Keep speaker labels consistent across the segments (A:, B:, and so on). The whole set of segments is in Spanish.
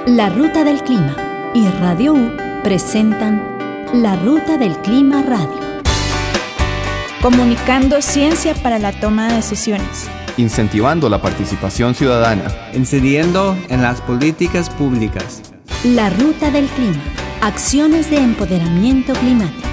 A: La Ruta del Clima y Radio U presentan La Ruta del Clima Radio.
B: Comunicando ciencia para la toma de decisiones.
C: Incentivando la participación ciudadana.
D: Incidiendo en las políticas públicas.
A: La Ruta del Clima. Acciones de empoderamiento climático.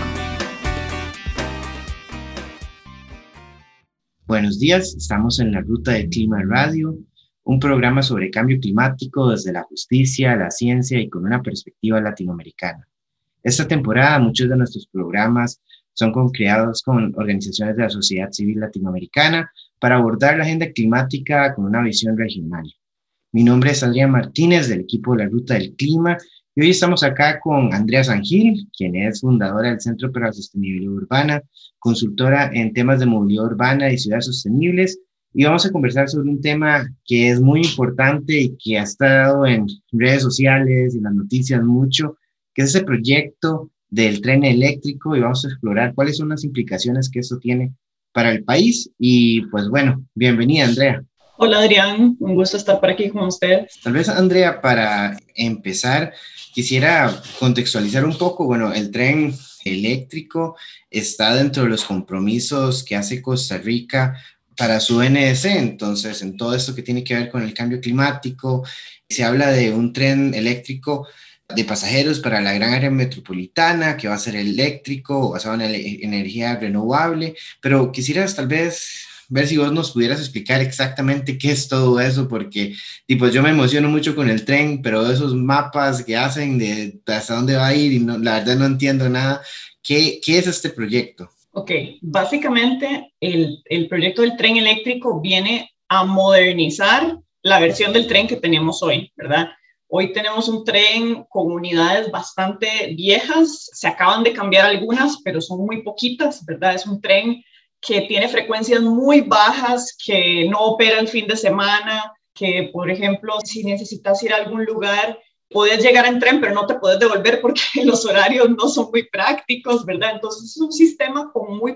E: Buenos días, estamos en La Ruta del Clima Radio, un programa sobre cambio climático desde la justicia, la ciencia y con una perspectiva latinoamericana. Esta temporada muchos de nuestros programas son creados con organizaciones de la sociedad civil latinoamericana para abordar la agenda climática con una visión regional. Mi nombre es Adrián Martínez del equipo de La Ruta del Clima y hoy estamos acá con Andrea Sangil, quien es fundadora del Centro para la Sostenibilidad Urbana, consultora en temas de movilidad urbana y ciudades sostenibles, y vamos a conversar sobre un tema que es muy importante y que ha estado en redes sociales y en las noticias mucho, que es ese proyecto del tren eléctrico, y vamos a explorar cuáles son las implicaciones que esto tiene para el país. Y pues bueno, bienvenida Andrea.
F: Hola Adrián, un gusto estar por aquí con ustedes.
E: Tal vez Andrea, para empezar, quisiera contextualizar un poco. Bueno, el tren eléctrico está dentro de los compromisos que hace Costa Rica para su NDC. Entonces, en todo esto que tiene que ver con el cambio climático, se habla de un tren eléctrico de pasajeros para la gran área metropolitana, que va a ser eléctrico, basado en energía renovable, pero quisieras tal vez ver si vos nos pudieras explicar exactamente qué es todo eso, porque yo me emociono mucho con el tren, pero esos mapas que hacen de hasta dónde va a ir, y no, la verdad no entiendo nada. ¿Qué es este proyecto?
F: Ok, básicamente el proyecto del tren eléctrico viene a modernizar la versión del tren que tenemos hoy, ¿verdad? Hoy tenemos un tren con unidades bastante viejas, se acaban de cambiar algunas, pero son muy poquitas, ¿verdad? Es un tren que tiene frecuencias muy bajas, que no opera el fin de semana, que, por ejemplo, si necesitas ir a algún lugar, puedes llegar en tren, pero no te puedes devolver porque los horarios no son muy prácticos, ¿verdad? Entonces, es un sistema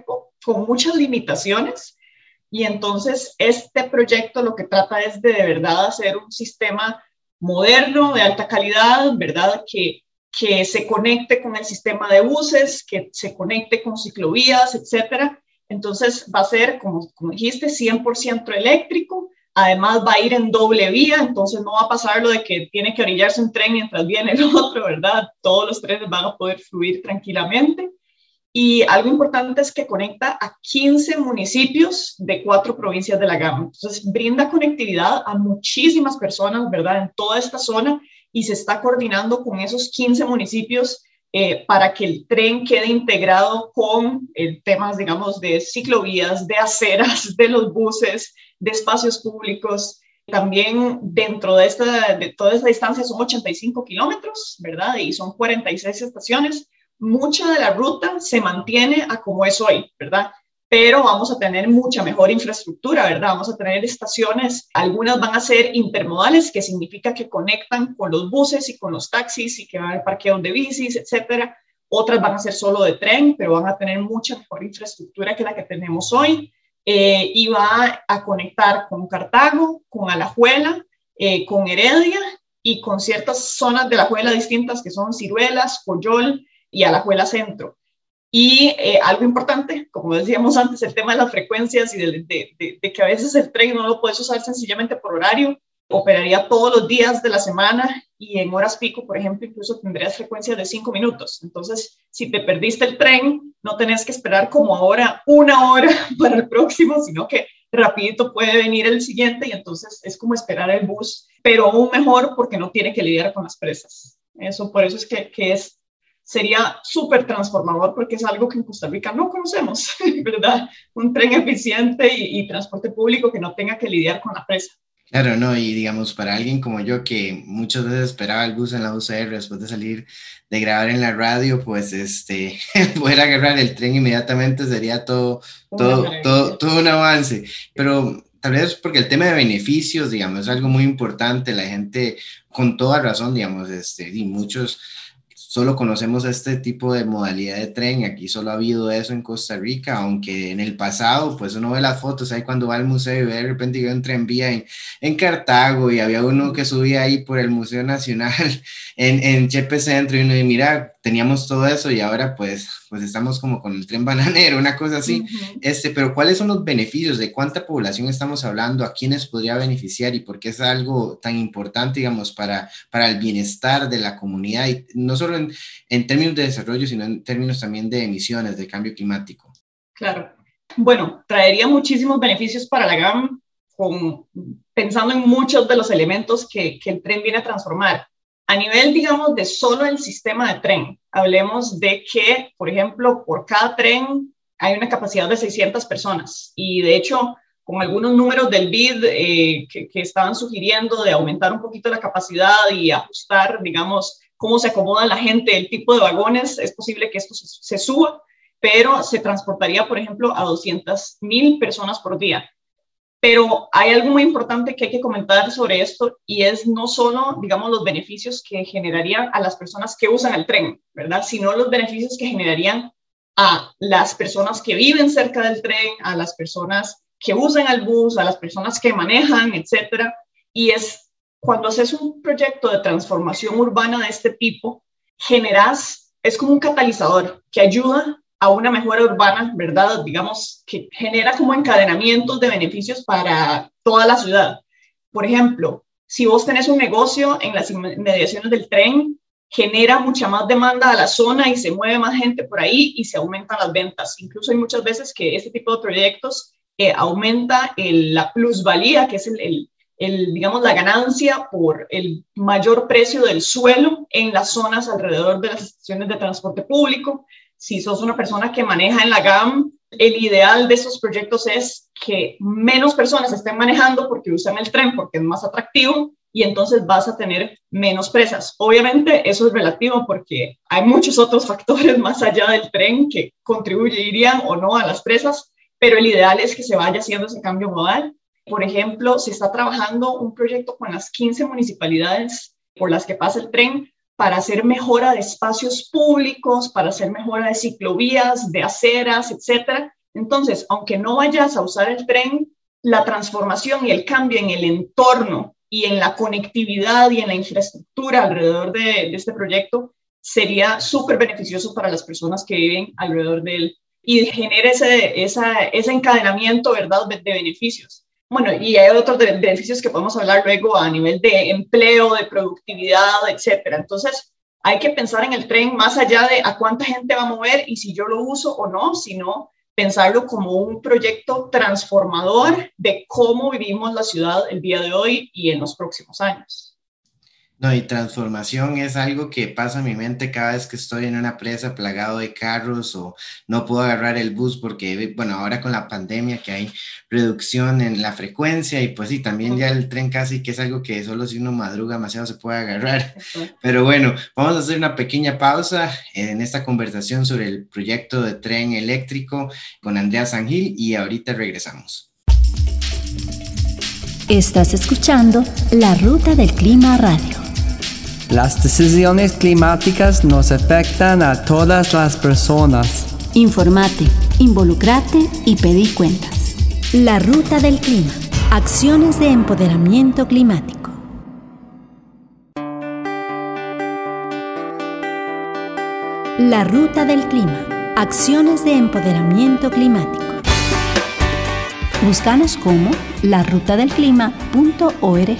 F: con muchas limitaciones, y entonces este proyecto lo que trata es de verdad hacer un sistema moderno, de alta calidad, ¿verdad? Que se conecte con el sistema de buses, que se conecte con ciclovías, etcétera. Entonces va a ser, como dijiste, 100% eléctrico. Además va a ir en doble vía, entonces no va a pasar lo de que tiene que orillarse un tren mientras viene el otro, ¿verdad? Todos los trenes van a poder fluir tranquilamente. Y algo importante es que conecta a 15 municipios de 4 provincias de la Gama. Entonces brinda conectividad a muchísimas personas, ¿verdad? En toda esta zona, y se está coordinando con esos 15 municipios para que el tren quede integrado con temas, digamos, de ciclovías, de aceras, de los buses, de espacios públicos. También dentro de toda esta distancia son 85 kilómetros, ¿verdad? Y son 46 estaciones. Mucha de la ruta se mantiene a como es hoy, ¿verdad? Pero vamos a tener mucha mejor infraestructura, ¿verdad? Vamos a tener estaciones, algunas van a ser intermodales, que significa que conectan con los buses y con los taxis y que va a haber parqueos de bicis, etcétera. Otras van a ser solo de tren, pero van a tener mucha mejor infraestructura que la que tenemos hoy. Y va a conectar con Cartago, con Alajuela, con Heredia y con ciertas zonas de Alajuela distintas que son Ciruelas, Coyol y Alajuela Centro. Y algo importante, como decíamos antes, el tema de las frecuencias y de que a veces el tren no lo puedes usar sencillamente por horario, operaría todos los días de la semana, y en horas pico, por ejemplo, incluso tendrías frecuencias de 5 minutos. Entonces, si te perdiste el tren, no tenés que esperar como ahora 1 hora para el próximo, sino que rapidito puede venir el siguiente, y entonces es como esperar el bus, pero aún mejor porque no tiene que lidiar con las presas. Por eso es que sería súper transformador, porque es algo que en Costa Rica no conocemos, ¿verdad? Un tren eficiente y transporte público que no tenga que lidiar con la presa.
E: Claro, no, y digamos, para alguien como yo que muchas veces esperaba el bus en la UCR después de salir de grabar en la radio, pues poder agarrar el tren inmediatamente sería todo un avance. Pero tal vez porque el tema de beneficios, digamos, es algo muy importante. La gente, con toda razón, digamos, y muchos solo conocemos este tipo de modalidad de tren, aquí solo ha habido eso en Costa Rica, aunque en el pasado, pues uno ve las fotos ahí cuando va al museo y ve de repente que hay un tranvía en Cartago y había uno que subía ahí por el Museo Nacional en Chepe Centro y uno dice, mira, teníamos todo eso y ahora pues estamos como con el tren bananero, una cosa así. Pero ¿cuáles son los beneficios? ¿De cuánta población estamos hablando? ¿A quiénes podría beneficiar? ¿Y por qué es algo tan importante, digamos, para el bienestar de la comunidad? Y no solo en términos de desarrollo, sino en términos también de emisiones, de cambio climático.
F: Claro. Bueno, traería muchísimos beneficios para la GAM, pensando en muchos de los elementos que el tren viene a transformar. A nivel, digamos, de solo el sistema de tren, hablemos de que, por ejemplo, por cada tren hay una capacidad de 600 personas y, de hecho, con algunos números del BID que estaban sugiriendo de aumentar un poquito la capacidad y ajustar, digamos, cómo se acomoda la gente, el tipo de vagones, es posible que esto se suba, pero se transportaría, por ejemplo, a 200,000 personas por día. Pero hay algo muy importante que hay que comentar sobre esto y es no solo, digamos, los beneficios que generarían a las personas que usan el tren, ¿verdad? Sino los beneficios que generarían a las personas que viven cerca del tren, a las personas que usan el bus, a las personas que manejan, etcétera. Y es cuando haces un proyecto de transformación urbana de este tipo, es como un catalizador que ayuda a una mejora urbana, ¿verdad? Digamos, que genera como encadenamientos de beneficios para toda la ciudad. Por ejemplo, si vos tenés un negocio en las inmediaciones del tren, genera mucha más demanda a la zona y se mueve más gente por ahí y se aumentan las ventas. Incluso hay muchas veces que este tipo de proyectos aumenta la plusvalía, que es digamos, la ganancia por el mayor precio del suelo en las zonas alrededor de las estaciones de transporte público. Si sos una persona que maneja en la GAM, el ideal de estos proyectos es que menos personas estén manejando porque usan el tren, porque es más atractivo, y entonces vas a tener menos presas. Obviamente eso es relativo porque hay muchos otros factores más allá del tren que contribuirían o no a las presas, pero el ideal es que se vaya haciendo ese cambio modal. Por ejemplo, se está trabajando un proyecto con las 15 municipalidades por las que pasa el tren para hacer mejora de espacios públicos, para hacer mejora de ciclovías, de aceras, etc. Entonces, aunque no vayas a usar el tren, la transformación y el cambio en el entorno y en la conectividad y en la infraestructura alrededor de este proyecto sería súper beneficioso para las personas que viven alrededor de él y genera ese encadenamiento, ¿verdad?, de beneficios. Bueno, y hay otros beneficios que podemos hablar luego a nivel de empleo, de productividad, etcétera. Entonces, hay que pensar en el tren más allá de a cuánta gente va a mover y si yo lo uso o no, sino pensarlo como un proyecto transformador de cómo vivimos la ciudad el día de hoy y en los próximos años.
E: No, y transformación es algo que pasa a mi mente cada vez que estoy en una presa plagado de carros o no puedo agarrar el bus porque, bueno, ahora con la pandemia que hay reducción en la frecuencia y pues sí, también ya el tren casi que es algo que solo si uno madruga demasiado se puede agarrar. Pero bueno, vamos a hacer una pequeña pausa en esta conversación sobre el proyecto de tren eléctrico con Andrea Sangil y ahorita regresamos.
A: Estás escuchando La Ruta del Clima Radio.
D: Las decisiones climáticas nos afectan a todas las personas.
A: Informate, involucrate y pedí cuentas. La Ruta del Clima. Acciones de empoderamiento climático. La Ruta del Clima. Acciones de empoderamiento climático. Búscanos como larutadelclima.org.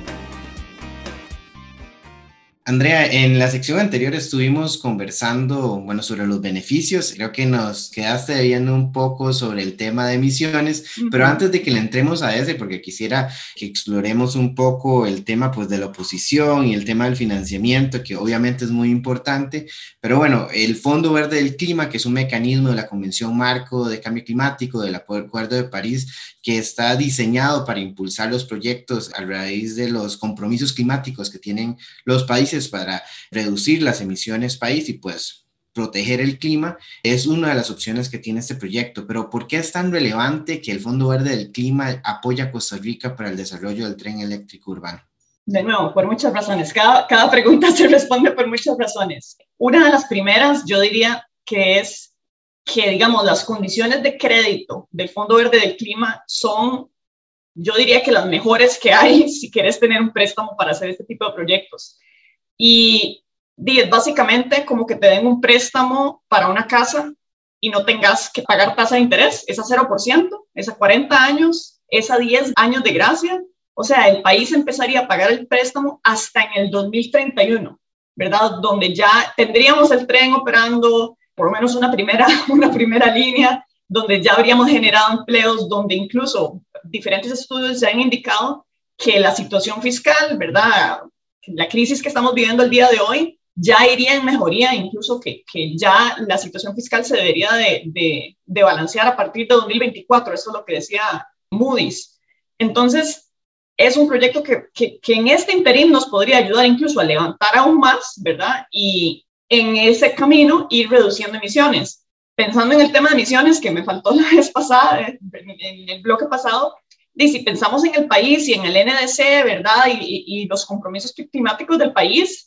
E: Andrea, en la sección anterior estuvimos conversando, bueno, sobre los beneficios. Creo que nos quedaste viendo un poco sobre el tema de emisiones, pero antes de que le entremos a ese, porque quisiera que exploremos un poco el tema, pues, de la oposición y el tema del financiamiento, que obviamente es muy importante, pero bueno, el Fondo Verde del Clima, que es un mecanismo de la Convención Marco de Cambio Climático, del Acuerdo de París, que está diseñado para impulsar los proyectos a raíz de los compromisos climáticos que tienen los países para reducir las emisiones país y pues proteger el clima, es una de las opciones que tiene este proyecto. Pero ¿por qué es tan relevante que el Fondo Verde del Clima apoya a Costa Rica para el desarrollo del tren eléctrico urbano?
F: De nuevo, por muchas razones. Cada pregunta se responde por muchas razones. Una de las primeras, yo diría que es que, digamos, las condiciones de crédito del Fondo Verde del Clima son, yo diría que las mejores que hay si quieres tener un préstamo para hacer este tipo de proyectos. Y es básicamente como que te den un préstamo para una casa y no tengas que pagar tasa de interés. Es a 0%, es a 40 años, es a 10 años de gracia. O sea, el país empezaría a pagar el préstamo hasta en el 2031, ¿verdad? Donde ya tendríamos el tren operando, por lo menos una primera línea, donde ya habríamos generado empleos, donde incluso diferentes estudios ya han indicado que la situación fiscal, ¿verdad? La crisis que estamos viviendo el día de hoy ya iría en mejoría, incluso que ya la situación fiscal se debería de balancear a partir de 2024, eso es lo que decía Moody's. Entonces, es un proyecto que en este interín nos podría ayudar incluso a levantar aún más, ¿verdad? Y en ese camino ir reduciendo emisiones. Pensando en el tema de emisiones, que me faltó la vez pasada, en el bloque pasado, y si pensamos en el país y en el NDC, ¿verdad? Y los compromisos climáticos del país,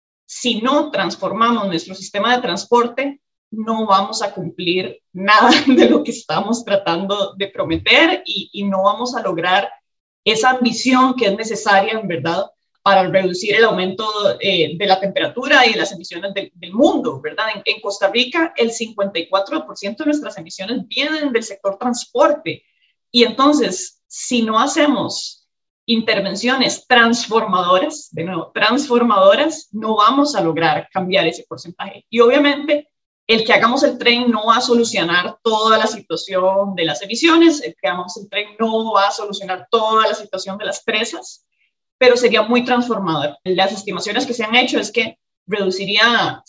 F: si no transformamos nuestro sistema de transporte, no vamos a cumplir nada de lo que estamos tratando de prometer y no vamos a lograr esa ambición que es necesaria, en verdad, para reducir el aumento de la temperatura y de las emisiones del mundo, ¿verdad? En Costa Rica, el 54% de nuestras emisiones vienen del sector transporte. Y entonces, si no hacemos intervenciones transformadoras, de nuevo, transformadoras, no vamos a lograr cambiar ese porcentaje. Y obviamente, el que hagamos el tren no va a solucionar toda la situación de las emisiones, el que hagamos el tren no va a solucionar toda la situación de las presas, pero sería muy transformador. Las estimaciones que se han hecho es que reduciría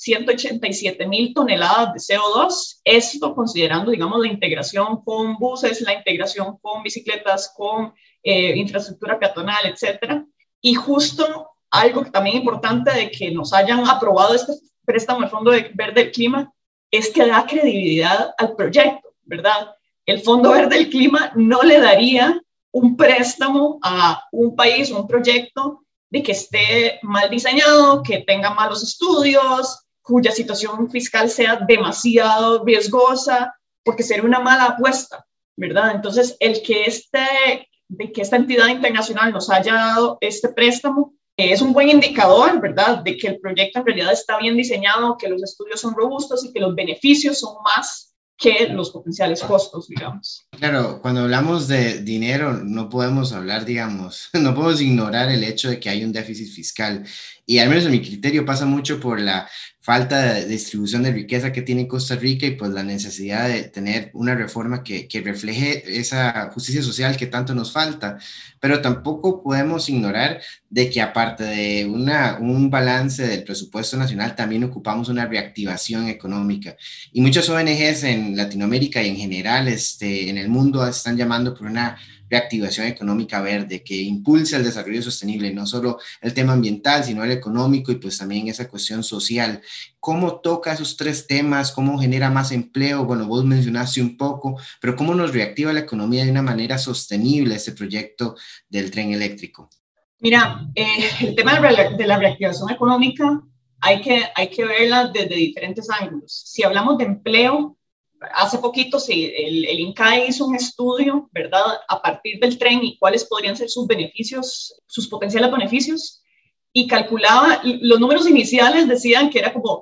F: 187,000 toneladas de CO2, esto considerando, digamos, la integración con buses, la integración con bicicletas, con infraestructura peatonal, etcétera. Y justo algo que también es importante de que nos hayan aprobado este préstamo del Fondo Verde del Clima es que da credibilidad al proyecto, ¿verdad? El Fondo Verde del Clima no le daría un préstamo a un país o un proyecto de que esté mal diseñado, que tenga malos estudios, cuya situación fiscal sea demasiado riesgosa, porque sería una mala apuesta, ¿verdad? Entonces, de que esta entidad internacional nos haya dado este préstamo es un buen indicador, ¿verdad?, de que el proyecto en realidad está bien diseñado, que los estudios son robustos y que los beneficios son más que los potenciales costos, digamos.
E: Claro, cuando hablamos de dinero no podemos hablar, digamos, no podemos ignorar el hecho de que hay un déficit fiscal y al menos en mi criterio pasa mucho por la falta de distribución de riqueza que tiene Costa Rica y pues la necesidad de tener una reforma que refleje esa justicia social que tanto nos falta, pero tampoco podemos ignorar de que aparte de un balance del presupuesto nacional también ocupamos una reactivación económica y muchas ONGs en Latinoamérica y en general en el mundo están llamando por una reactivación económica verde que impulse el desarrollo sostenible, no solo el tema ambiental, sino el económico y pues también esa cuestión social. ¿Cómo toca esos tres temas? ¿Cómo genera más empleo? Bueno, vos mencionaste un poco, pero ¿cómo nos reactiva la economía de una manera sostenible este proyecto del tren eléctrico?
F: Mira, el tema de la reactivación económica hay que verla desde diferentes ángulos. Si hablamos de empleo, hace poquito el INCAE hizo un estudio, ¿verdad?, a partir del tren y cuáles podrían ser sus beneficios, sus potenciales beneficios, y calculaba, los números iniciales decían que era como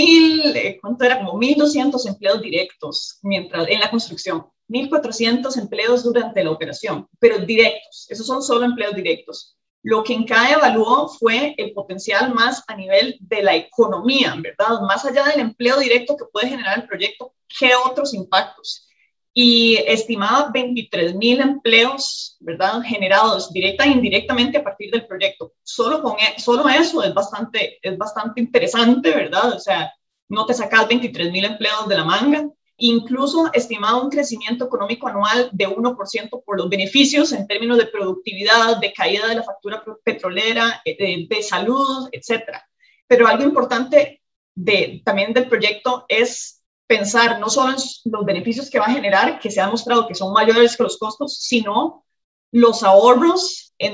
F: 1,200 empleos directos en la construcción, 1,400 empleos durante la operación, pero directos, esos son solo empleos directos. Lo que INCAE evaluó fue el potencial más a nivel de la economía, ¿verdad? Más allá del empleo directo que puede generar el proyecto, ¿qué otros impactos? Y estimaba 23,000 empleos, ¿verdad?, generados directa e indirectamente a partir del proyecto. Solo eso es bastante interesante, ¿verdad? O sea, no te sacas 23,000 empleos de la manga. Incluso estimaba un crecimiento económico anual de 1% por los beneficios en términos de productividad, de caída de la factura petrolera, de salud, etc. Pero algo importante también del proyecto es pensar no solo en los beneficios que va a generar, que se ha mostrado que son mayores que los costos, sino los ahorros en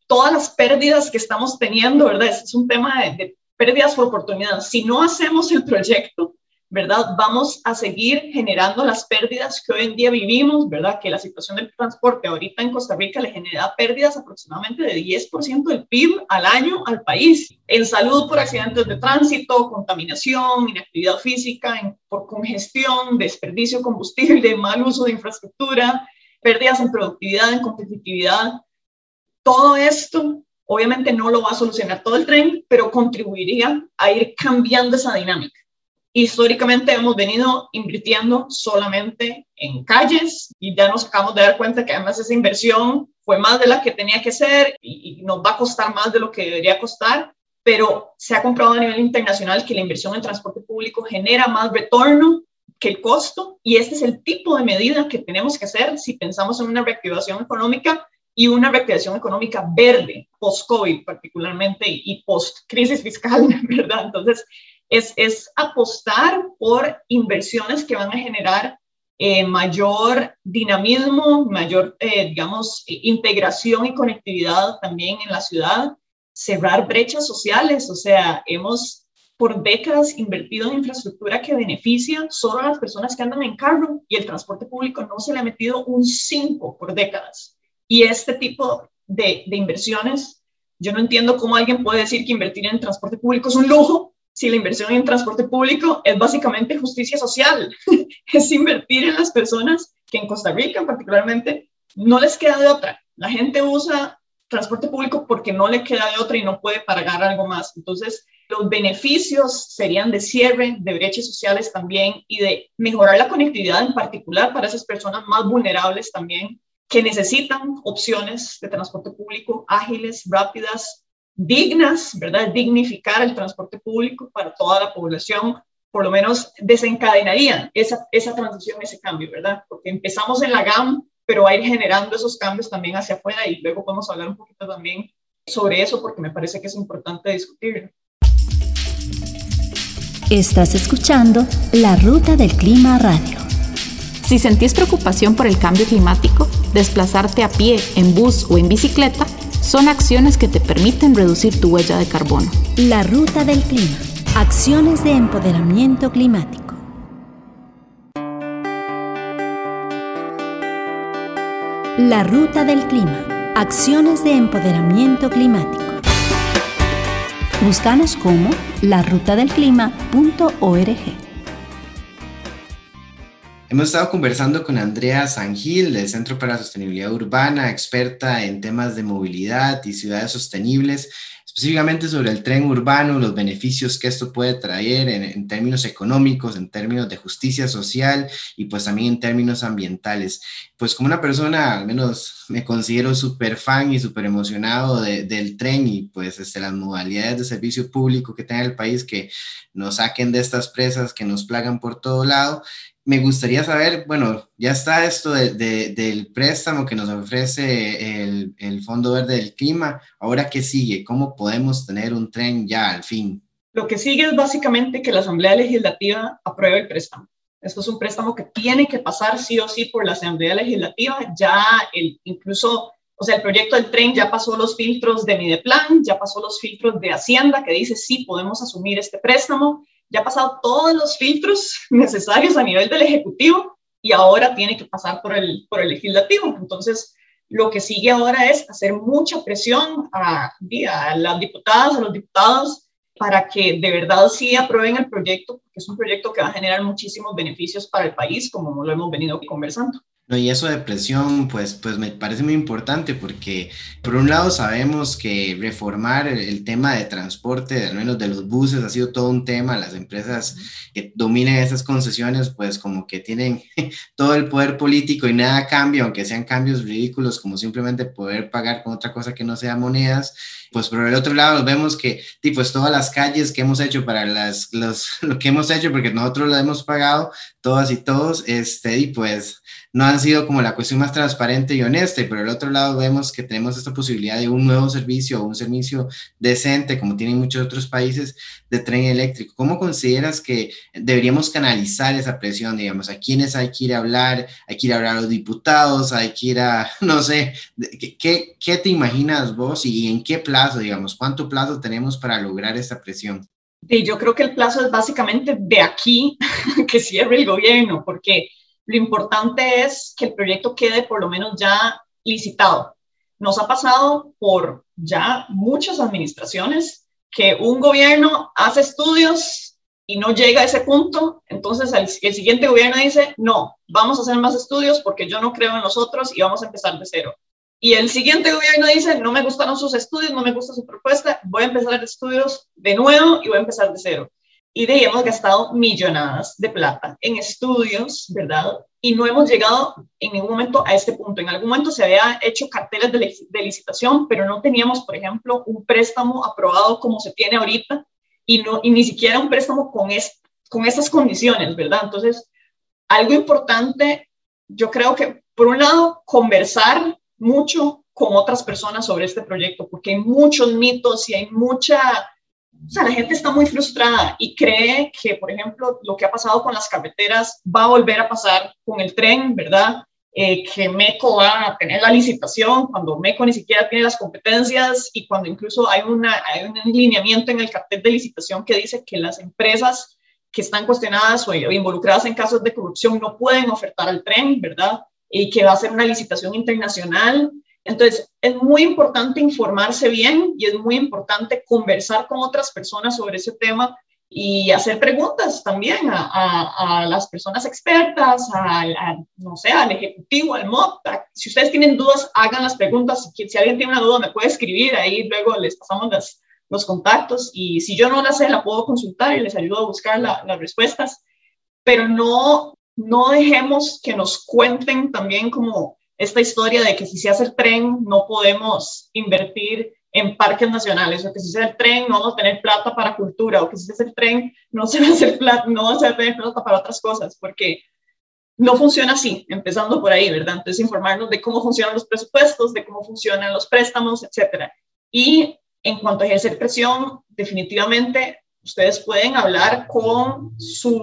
F: todas las pérdidas que estamos teniendo, ¿verdad? Es un tema de pérdidas por oportunidad. Si no hacemos el proyecto, ¿verdad? Vamos a seguir generando las pérdidas que hoy en día vivimos, ¿verdad? Que la situación del transporte ahorita en Costa Rica le genera pérdidas aproximadamente de 10% del PIB al año al país. En salud por accidentes de tránsito, contaminación, inactividad física, por congestión, desperdicio de combustible, mal uso de infraestructura, pérdidas en productividad, en competitividad. Todo esto obviamente no lo va a solucionar todo el tren, pero contribuiría a ir cambiando esa dinámica. Históricamente hemos venido invirtiendo solamente en calles y ya nos acabamos de dar cuenta que además esa inversión fue más de la que tenía que ser y nos va a costar más de lo que debería costar, pero se ha comprobado a nivel internacional que la inversión en transporte público genera más retorno que el costo, y este es el tipo de medida que tenemos que hacer si pensamos en una reactivación económica y una reactivación económica verde, post-COVID particularmente y post-crisis fiscal, ¿verdad? Entonces, es apostar por inversiones que van a generar mayor dinamismo, mayor, integración y conectividad también en la ciudad, cerrar brechas sociales. O sea, hemos por décadas invertido en infraestructura que beneficia solo a las personas que andan en carro, y el transporte público no se le ha metido un 5 por décadas. Y este tipo de inversiones, yo no entiendo cómo alguien puede decir que invertir en transporte público es un lujo, si la inversión en transporte público es básicamente justicia social. Es invertir en las personas que en Costa Rica particularmente no les queda de otra. La gente usa transporte público porque no le queda de otra y no puede pagar algo más. Entonces, los beneficios serían de cierre de brechas sociales también y de mejorar la conectividad en particular para esas personas más vulnerables también, que necesitan opciones de transporte público ágiles, rápidas, dignas, ¿verdad? Dignificar el transporte público para toda la población, por lo menos desencadenarían esa transición, ese cambio, ¿verdad? Porque empezamos en la GAM, pero va a ir generando esos cambios también hacia afuera, y luego podemos hablar un poquito también sobre eso porque me parece que es importante discutirlo.
A: Estás escuchando La Ruta del Clima Radio.
B: Si sentís preocupación por el cambio climático, desplazarte a pie, en bus o en bicicleta son acciones que te permiten reducir tu huella de carbono.
A: La Ruta del Clima. Acciones de empoderamiento climático. La Ruta del Clima. Acciones de empoderamiento climático. Búscanos como larutadelclima.org.
E: Hemos estado conversando con Andrea Sangil del Centro para la Sostenibilidad Urbana, experta en temas de movilidad y ciudades sostenibles, específicamente sobre el tren urbano, los beneficios que esto puede traer en términos económicos, en términos de justicia social y pues también en términos ambientales. Pues como una persona, al menos me considero súper fan y súper emocionado del tren y pues las modalidades de servicio público que tenga el país, que nos saquen de estas presas que nos plagan por todo lado. Me gustaría saber, bueno, ya está esto del préstamo que nos ofrece el Fondo Verde del Clima. ¿Ahora qué sigue? ¿Cómo podemos tener un tren ya al fin?
F: Lo que sigue es básicamente que la Asamblea Legislativa apruebe el préstamo. Esto es un préstamo que tiene que pasar sí o sí por la Asamblea Legislativa. Ya el proyecto del tren ya pasó los filtros de Mideplan, ya pasó los filtros de Hacienda, que dice sí, podemos asumir este préstamo. Ya ha pasado todos los filtros necesarios a nivel del Ejecutivo y ahora tiene que pasar por el Legislativo. Entonces, lo que sigue ahora es hacer mucha presión a las diputadas, a los diputados, para que de verdad sí aprueben el proyecto, porque es un proyecto que va a generar muchísimos beneficios para el país, como lo hemos venido conversando.
E: No, y eso de presión, pues me parece muy importante porque, por un lado, sabemos que reformar el tema de transporte, al menos de los buses, ha sido todo un tema. Las empresas que dominan esas concesiones, pues como que tienen todo el poder político y nada cambia, aunque sean cambios ridículos, como simplemente poder pagar con otra cosa que no sea monedas. Pues por el otro lado vemos que pues todas las calles que hemos hecho para lo que hemos hecho, porque nosotros lo hemos pagado, todas y todos, y pues no han han sido como la cuestión más transparente y honesta, y por el otro lado vemos que tenemos esta posibilidad de un nuevo servicio, un servicio decente, como tienen muchos otros países, de tren eléctrico. ¿Cómo consideras que deberíamos canalizar esa presión, digamos? ¿A quiénes hay que ir a hablar? ¿Hay que ir a hablar a los diputados? ¿Hay que ir a, no sé, qué te imaginas vos y en qué plazo, digamos? ¿Cuánto plazo tenemos para lograr esta presión?
F: Y yo creo que el plazo es básicamente de aquí que cierre el gobierno, porque lo importante es que el proyecto quede por lo menos ya licitado. Nos ha pasado por ya muchas administraciones que un gobierno hace estudios y no llega a ese punto, entonces el siguiente gobierno dice, no, vamos a hacer más estudios porque yo no creo en nosotros y vamos a empezar de cero. Y el siguiente gobierno dice, no me gustaron sus estudios, no me gusta su propuesta, voy a empezar estudios de nuevo y voy a empezar de cero. Y de ahí hemos gastado millonadas de plata en estudios, ¿verdad? Y no hemos llegado en ningún momento a este punto. En algún momento se había hecho carteles de licitación, pero no teníamos, por ejemplo, un préstamo aprobado como se tiene ahorita y ni siquiera un préstamo con estas condiciones, ¿verdad? Entonces, algo importante, yo creo que, por un lado, conversar mucho con otras personas sobre este proyecto, porque hay muchos mitos y hay la gente está muy frustrada y cree que, por ejemplo, lo que ha pasado con las carreteras va a volver a pasar con el tren, ¿verdad? Que MECO va a tener la licitación cuando MECO ni siquiera tiene las competencias y cuando incluso hay un lineamiento en el cartel de licitación que dice que las empresas que están cuestionadas o involucradas en casos de corrupción no pueden ofertar al tren, ¿verdad? Y que va a ser una licitación internacional. Entonces, es muy importante informarse bien y es muy importante conversar con otras personas sobre ese tema y hacer preguntas también a las personas expertas, no sé, al ejecutivo, al MOP. Si ustedes tienen dudas, hagan las preguntas. Si alguien tiene una duda, me puede escribir, ahí luego les pasamos los contactos y si yo no la sé, la puedo consultar y les ayudo a buscar las respuestas. Pero no dejemos que nos cuenten también como esta historia de que si se hace el tren no podemos invertir en parques nacionales, o que si se hace el tren no vamos a tener plata para cultura, o que si se hace el tren no se va a hacer plata, no va a tener plata para otras cosas, porque no funciona así, empezando por ahí, ¿verdad? Entonces informarnos de cómo funcionan los presupuestos, de cómo funcionan los préstamos, etcétera. Y en cuanto a ejercer presión, definitivamente ustedes pueden hablar con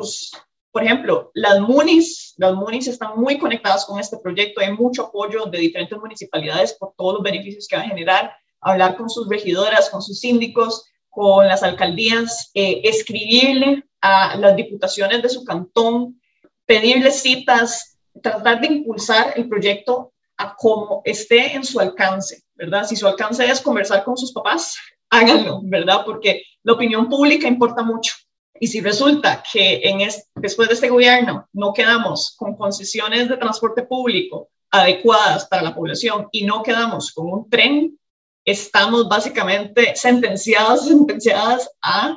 F: por ejemplo, las MUNIs están muy conectadas con este proyecto, hay mucho apoyo de diferentes municipalidades por todos los beneficios que va a generar, hablar con sus regidoras, con sus síndicos, con las alcaldías, escribirle a las diputaciones de su cantón, pedirles citas, tratar de impulsar el proyecto a como esté en su alcance, ¿verdad? Si su alcance es conversar con sus papás, háganlo, ¿verdad? Porque la opinión pública importa mucho. Y si resulta que después de este gobierno no quedamos con concesiones de transporte público adecuadas para la población y no quedamos con un tren, estamos básicamente sentenciadas a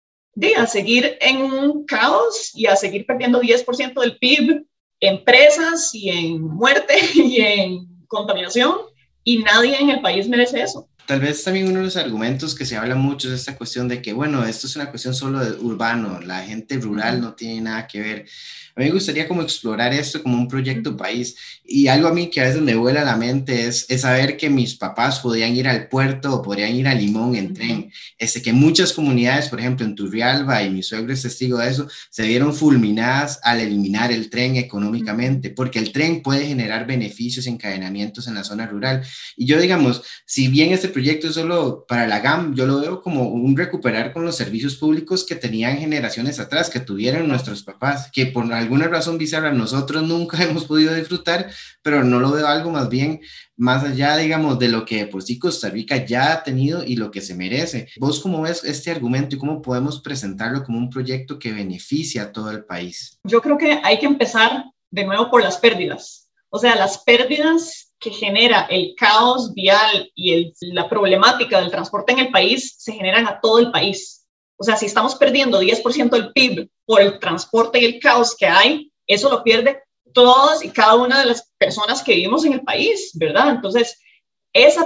F: seguir en un caos y a seguir perdiendo 10% del PIB en presas y en muerte y en contaminación, y nadie en el país merece eso.
E: Tal vez también uno de los argumentos que se habla mucho es esta cuestión de que, bueno, esto es una cuestión solo de urbano, la gente rural no tiene nada que ver. A mí me gustaría como explorar esto como un proyecto país, y algo a mí que a veces me vuela la mente es saber que mis papás podían ir al puerto o podrían ir a Limón en tren, que muchas comunidades, por ejemplo en Turrialba, y mi suegro es testigo de eso, se vieron fulminadas al eliminar el tren económicamente, porque el tren puede generar beneficios y encadenamientos en la zona rural. Y yo, digamos, si bien este proyecto es solo para la GAM, yo lo veo como un recuperar con los servicios públicos que tenían generaciones atrás, que tuvieron nuestros papás, que por alguna razón bizarra nosotros nunca hemos podido disfrutar, pero no lo veo algo más allá, digamos, de lo que por sí Costa Rica ya ha tenido y lo que se merece. ¿Vos cómo ves este argumento y cómo podemos presentarlo como un proyecto que beneficia a todo el país?
F: Yo creo que hay que empezar de nuevo por las pérdidas. O sea, las pérdidas que genera el caos vial y la problemática del transporte en el país se generan a todo el país. O sea, si estamos perdiendo 10% del PIB por el transporte y el caos que hay, eso lo pierde todas y cada una de las personas que vivimos en el país, ¿verdad? Entonces, ese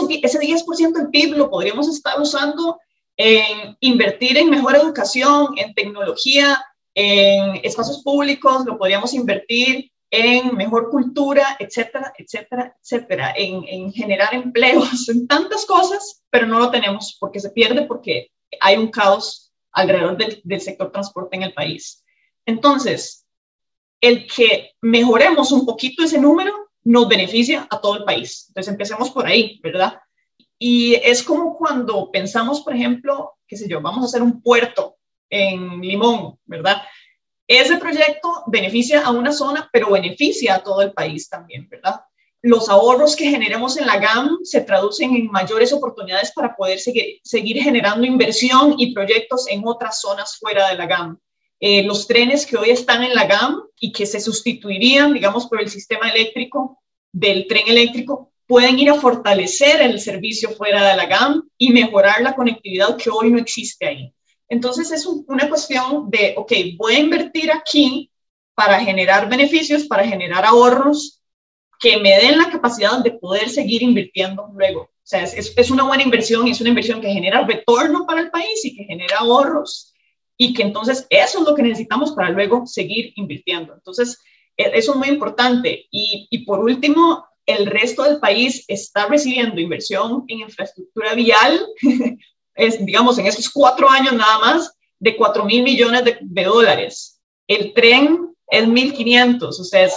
F: 10% del PIB lo podríamos estar usando en invertir en mejor educación, en tecnología, en espacios públicos, lo podríamos invertir en mejor cultura, etcétera, etcétera, etcétera, en generar empleos, en tantas cosas, pero no lo tenemos porque se pierde, porque hay un caos alrededor del sector transporte en el país. Entonces, el que mejoremos un poquito ese número nos beneficia a todo el país. Entonces, empecemos por ahí, ¿verdad? Y es como cuando pensamos, por ejemplo, qué sé yo, vamos a hacer un puerto en Limón, ¿verdad? Ese proyecto beneficia a una zona, pero beneficia a todo el país también, ¿verdad? Los ahorros que generemos en la GAM se traducen en mayores oportunidades para poder seguir generando inversión y proyectos en otras zonas fuera de la GAM. Los trenes que hoy están en la GAM y que se sustituirían, digamos, por el sistema eléctrico del tren eléctrico, pueden ir a fortalecer el servicio fuera de la GAM y mejorar la conectividad que hoy no existe ahí. Entonces es una cuestión de, ok, voy a invertir aquí para generar beneficios, para generar ahorros que me den la capacidad de poder seguir invirtiendo luego. O sea, es una buena inversión y es una inversión que genera retorno para el país y que genera ahorros y que entonces eso es lo que necesitamos para luego seguir invirtiendo. Entonces, eso es muy importante. Y por último, el resto del país está recibiendo inversión en infraestructura vial, digamos, en esos 4 años nada más, de 4.000 millones de dólares. El tren es 1.500, o sea,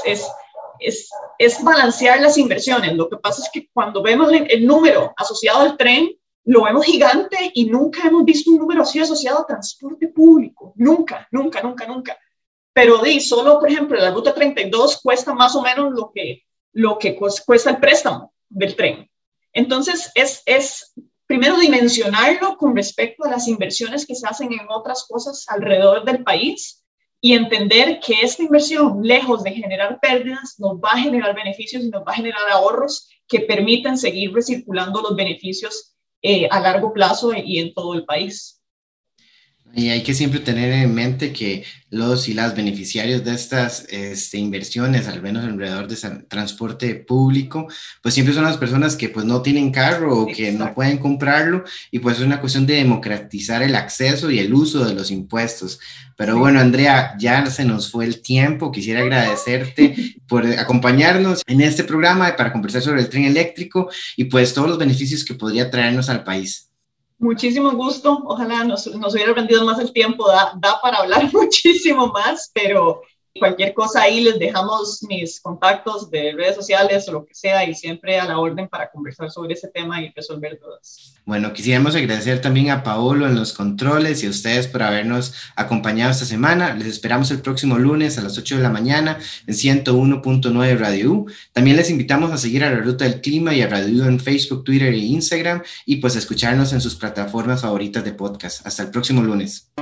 F: es balancear las inversiones. Lo que pasa es que cuando vemos el número asociado al tren, lo vemos gigante y nunca hemos visto un número así asociado a transporte público. Nunca, nunca, nunca, nunca. Pero solo, por ejemplo, la Ruta 32 cuesta más o menos lo que cuesta el préstamo del tren. Entonces, es primero dimensionarlo con respecto a las inversiones que se hacen en otras cosas alrededor del país y entender que esta inversión, lejos de generar pérdidas, nos va a generar beneficios y nos va a generar ahorros que permitan seguir recirculando los beneficios a largo plazo y en todo el país.
E: Y hay que siempre tener en mente que los y las beneficiarios de estas inversiones, al menos alrededor de transporte público, pues siempre son las personas que pues no tienen carro o que no pueden comprarlo, y pues es una cuestión de democratizar el acceso y el uso de los impuestos. Pero bueno, Andrea, ya se nos fue el tiempo. Quisiera agradecerte por acompañarnos en este programa para conversar sobre el tren eléctrico y pues todos los beneficios que podría traernos al país.
F: Muchísimo gusto, ojalá nos hubiera rendido más el tiempo, da para hablar muchísimo más, pero cualquier cosa ahí les dejamos mis contactos de redes sociales o lo que sea y siempre a la orden para conversar sobre ese tema y resolver dudas. Bueno,
E: quisiéramos agradecer también a Paolo en los controles y a ustedes por habernos acompañado esta semana. Les esperamos el próximo lunes a las 8 de la mañana en 101.9 Radio U. También les invitamos a seguir a La Ruta del Clima y a Radio U en Facebook, Twitter e Instagram y pues a escucharnos en sus plataformas favoritas de podcast. Hasta el próximo lunes.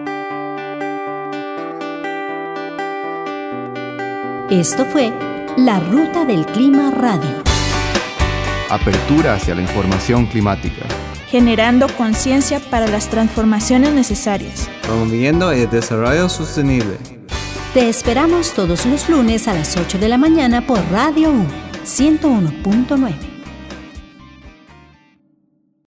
A: Esto fue La Ruta del Clima Radio.
C: Apertura hacia la información climática.
G: Generando conciencia para las transformaciones necesarias.
D: Promoviendo el desarrollo sostenible.
A: Te esperamos todos los lunes a las 8 de la mañana por Radio U 101.9.